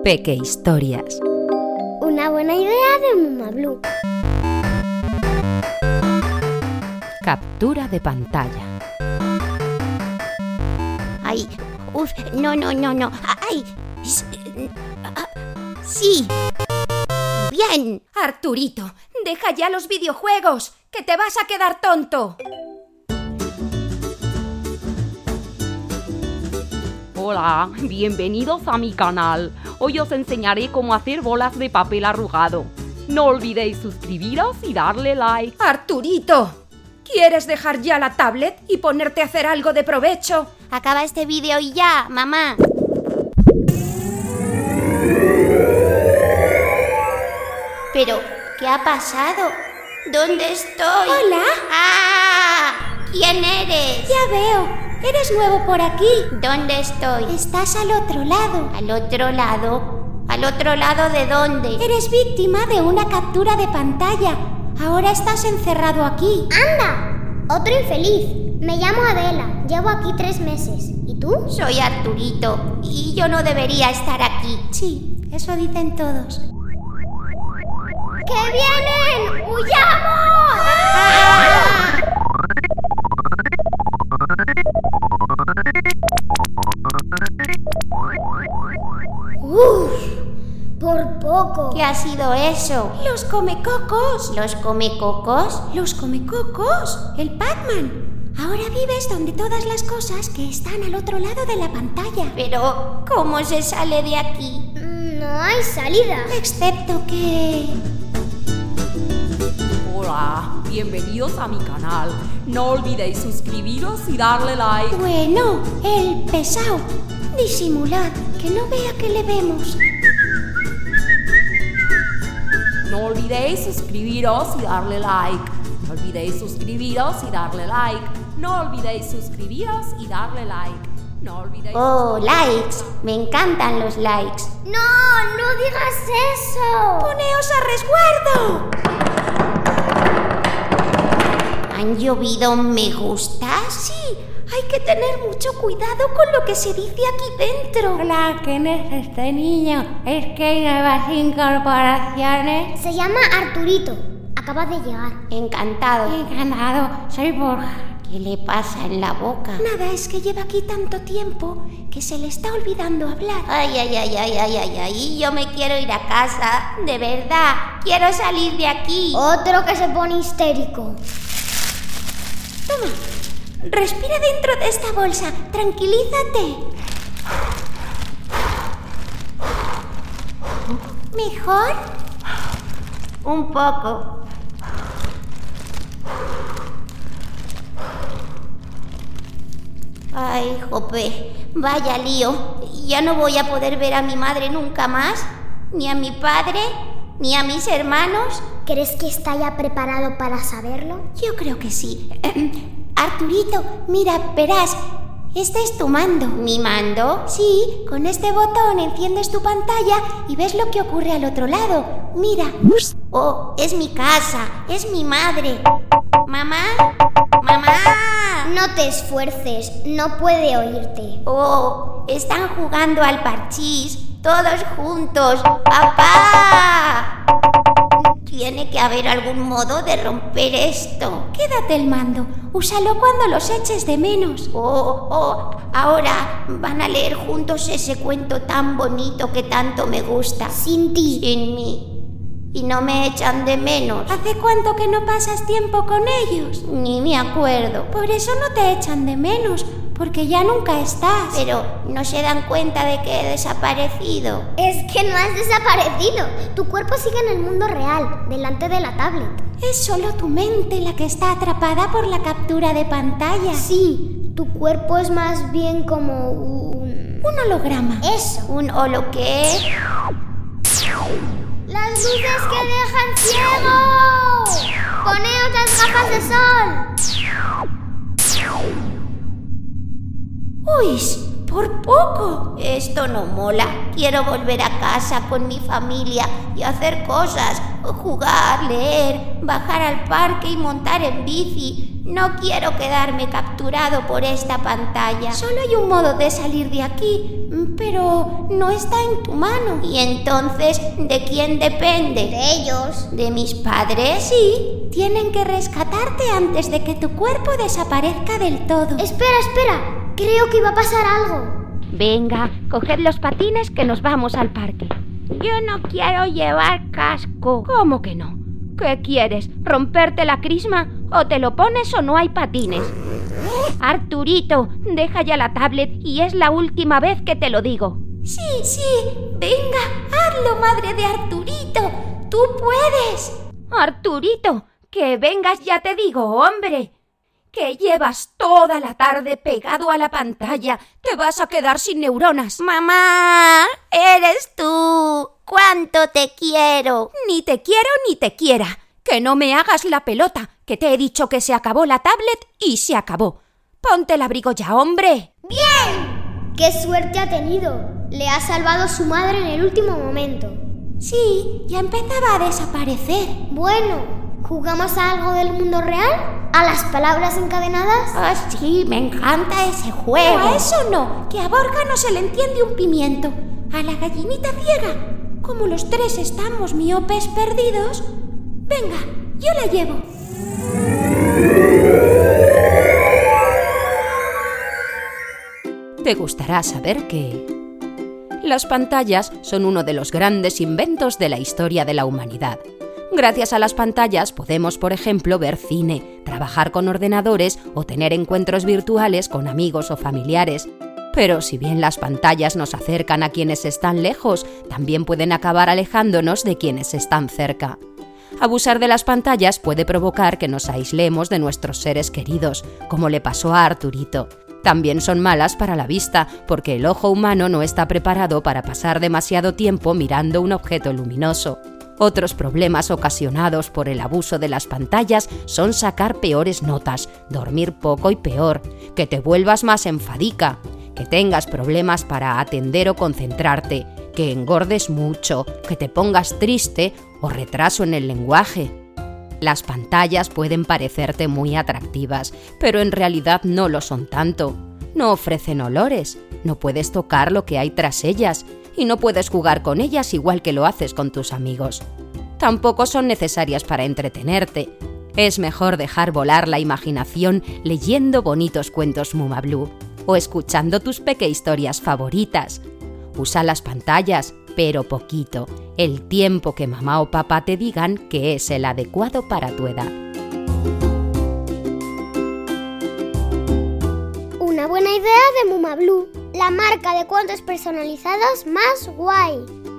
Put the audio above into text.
Peque Historias. Una buena idea de Mamá Blue. Captura de pantalla. Ay, no. Ay, sí. Bien. Arturito, deja ya los videojuegos, que te vas a quedar tonto. Hola, bienvenidos a mi canal. Hoy os enseñaré cómo hacer bolas de papel arrugado. No olvidéis suscribiros y darle like. Arturito, ¿quieres dejar ya la tablet y ponerte a hacer algo de provecho? Acaba este vídeo y ya, mamá. Pero, ¿qué ha pasado? ¿Dónde estoy? Hola. ¡Ah! ¿Quién eres? Ya veo. Eres nuevo por aquí. ¿Dónde estoy? Estás al otro lado. ¿Al otro lado? ¿Al otro lado de dónde? Eres víctima de una captura de pantalla. Ahora estás encerrado aquí. ¡Anda! Otro infeliz. Me llamo Adela. Llevo aquí 3 meses. ¿Y tú? Soy Arturito y yo no debería estar aquí. Sí, eso dicen todos. ¡Que vienen! ¡Huyamos! ¡Uf! Por poco. ¿Qué ha sido eso? Los comecocos. ¿Los comecocos? Los comecocos. El Pac-Man. Ahora vives donde todas las cosas que están al otro lado de la pantalla. Pero, ¿cómo se sale de aquí? No hay salida. Excepto que... Hola, bienvenidos a mi canal. No olvidéis suscribiros y darle like. Bueno, el pesado. Disimulad, que no vea que le vemos. No olvidéis suscribiros y darle like. No olvidéis suscribiros y darle like. No olvidéis suscribiros y darle like. No olvidéis... Oh, likes. Me encantan los likes. ¡No digas eso! ¡Poneos a resguardo! ¿Han llovido me gustas? Sí, hay que tener mucho cuidado con lo que se dice aquí dentro. Hola, ¿quién es este niño? ¿Es que hay nuevas incorporaciones? Se llama Arturito. Acaba de llegar. Encantado. Encantado, soy Borja. ¿Qué le pasa en la boca? Nada, es que lleva aquí tanto tiempo que se le está olvidando hablar. Ay, yo me quiero ir a casa. De verdad, quiero salir de aquí. Otro que se pone histérico. Toma, respira dentro de esta bolsa. Tranquilízate. ¿Mejor? Un poco. Ay, jope, vaya lío. Ya no voy a poder ver a mi madre nunca más, ni a mi padre, ni a mis hermanos. ¿Crees que está ya preparado para saberlo? Yo creo que sí. Arturito, mira, verás, este es tu mando. ¿Mi mando? Sí, con este botón enciendes tu pantalla y ves lo que ocurre al otro lado. Mira. Oh, es mi casa, es mi madre. ¿Mamá? ¡Mamá! No te esfuerces, no puede oírte. Oh, están jugando al parchís, todos juntos. ¡Papá! Tiene que haber algún modo de romper esto. Quédate el mando, úsalo cuando los eches de menos. Ahora van a leer juntos ese cuento tan bonito que tanto me gusta. Sin ti. Sin mí. Y no me echan de menos. ¿Hace cuánto que no pasas tiempo con ellos? Ni me acuerdo. Por eso no te echan de menos, porque ya nunca estás. Pero no se dan cuenta de que he desaparecido. Es que no has desaparecido. Tu cuerpo sigue en el mundo real, delante de la tablet. Es solo tu mente la que está atrapada por la captura de pantalla. Sí, tu cuerpo es más bien como un holograma. Eso. ¿Un holo qué? ¡Las luces que dejan ciego! ¡Poneos las gafas de sol! ¡Uy! ¡Por poco! Esto no mola. Quiero volver a casa con mi familia y hacer cosas. Jugar, leer, bajar al parque y montar en bici. No quiero quedarme capturado por esta pantalla. Solo hay un modo de salir de aquí, pero no está en tu mano. ¿Y entonces de quién depende? De ellos. ¿De mis padres? Sí, tienen que rescatarte antes de que tu cuerpo desaparezca del todo. Espera. Creo que iba a pasar algo. Venga, coged los patines que nos vamos al parque. Yo no quiero llevar casco. ¿Cómo que no? ¿Qué quieres? ¿Romperte la crisma? ¿O te lo pones o no hay patines? Arturito, deja ya la tablet y es la última vez que te lo digo. Sí, venga, hazlo, madre de Arturito. Tú puedes. Arturito, que vengas ya te digo, hombre. Que llevas toda la tarde pegado a la pantalla. Te vas a quedar sin neuronas. Mamá, eres tú. ¡Cuánto te quiero! Ni te quiero ni te quiera. Que no me hagas la pelota, que te he dicho que se acabó la tablet y se acabó. Ponte el abrigo ya, hombre. ¡Bien! ¡Qué suerte ha tenido! Le ha salvado su madre en el último momento. Sí, ya empezaba a desaparecer. Bueno, ¿jugamos a algo del mundo real? ¿A las palabras encadenadas? Oh, sí, me encanta ese juego. No, a eso no, que a Borja no se le entiende un pimiento. A la gallinita ciega. Como los tres estamos miopes perdidos, venga, yo la llevo. Te gustará saber que las pantallas son uno de los grandes inventos de la historia de la humanidad. Gracias a las pantallas podemos, por ejemplo, ver cine, trabajar con ordenadores o tener encuentros virtuales con amigos o familiares. Pero si bien las pantallas nos acercan a quienes están lejos, también pueden acabar alejándonos de quienes están cerca. Abusar de las pantallas puede provocar que nos aislemos de nuestros seres queridos, como le pasó a Arturito. También son malas para la vista, porque el ojo humano no está preparado para pasar demasiado tiempo mirando un objeto luminoso. Otros problemas ocasionados por el abuso de las pantallas son sacar peores notas, dormir poco y peor, que te vuelvas más enfadica, que tengas problemas para atender o concentrarte, que engordes mucho, que te pongas triste o retraso en el lenguaje. Las pantallas pueden parecerte muy atractivas, pero en realidad no lo son tanto. No ofrecen olores, no puedes tocar lo que hay tras ellas y no puedes jugar con ellas igual que lo haces con tus amigos. Tampoco son necesarias para entretenerte. Es mejor dejar volar la imaginación leyendo bonitos cuentos Mumablu o escuchando tus pequehistorias favoritas. Usa las pantallas, pero poquito, el tiempo que mamá o papá te digan que es el adecuado para tu edad. Una buena idea de Mumablu, la marca de cuentos personalizados más guay.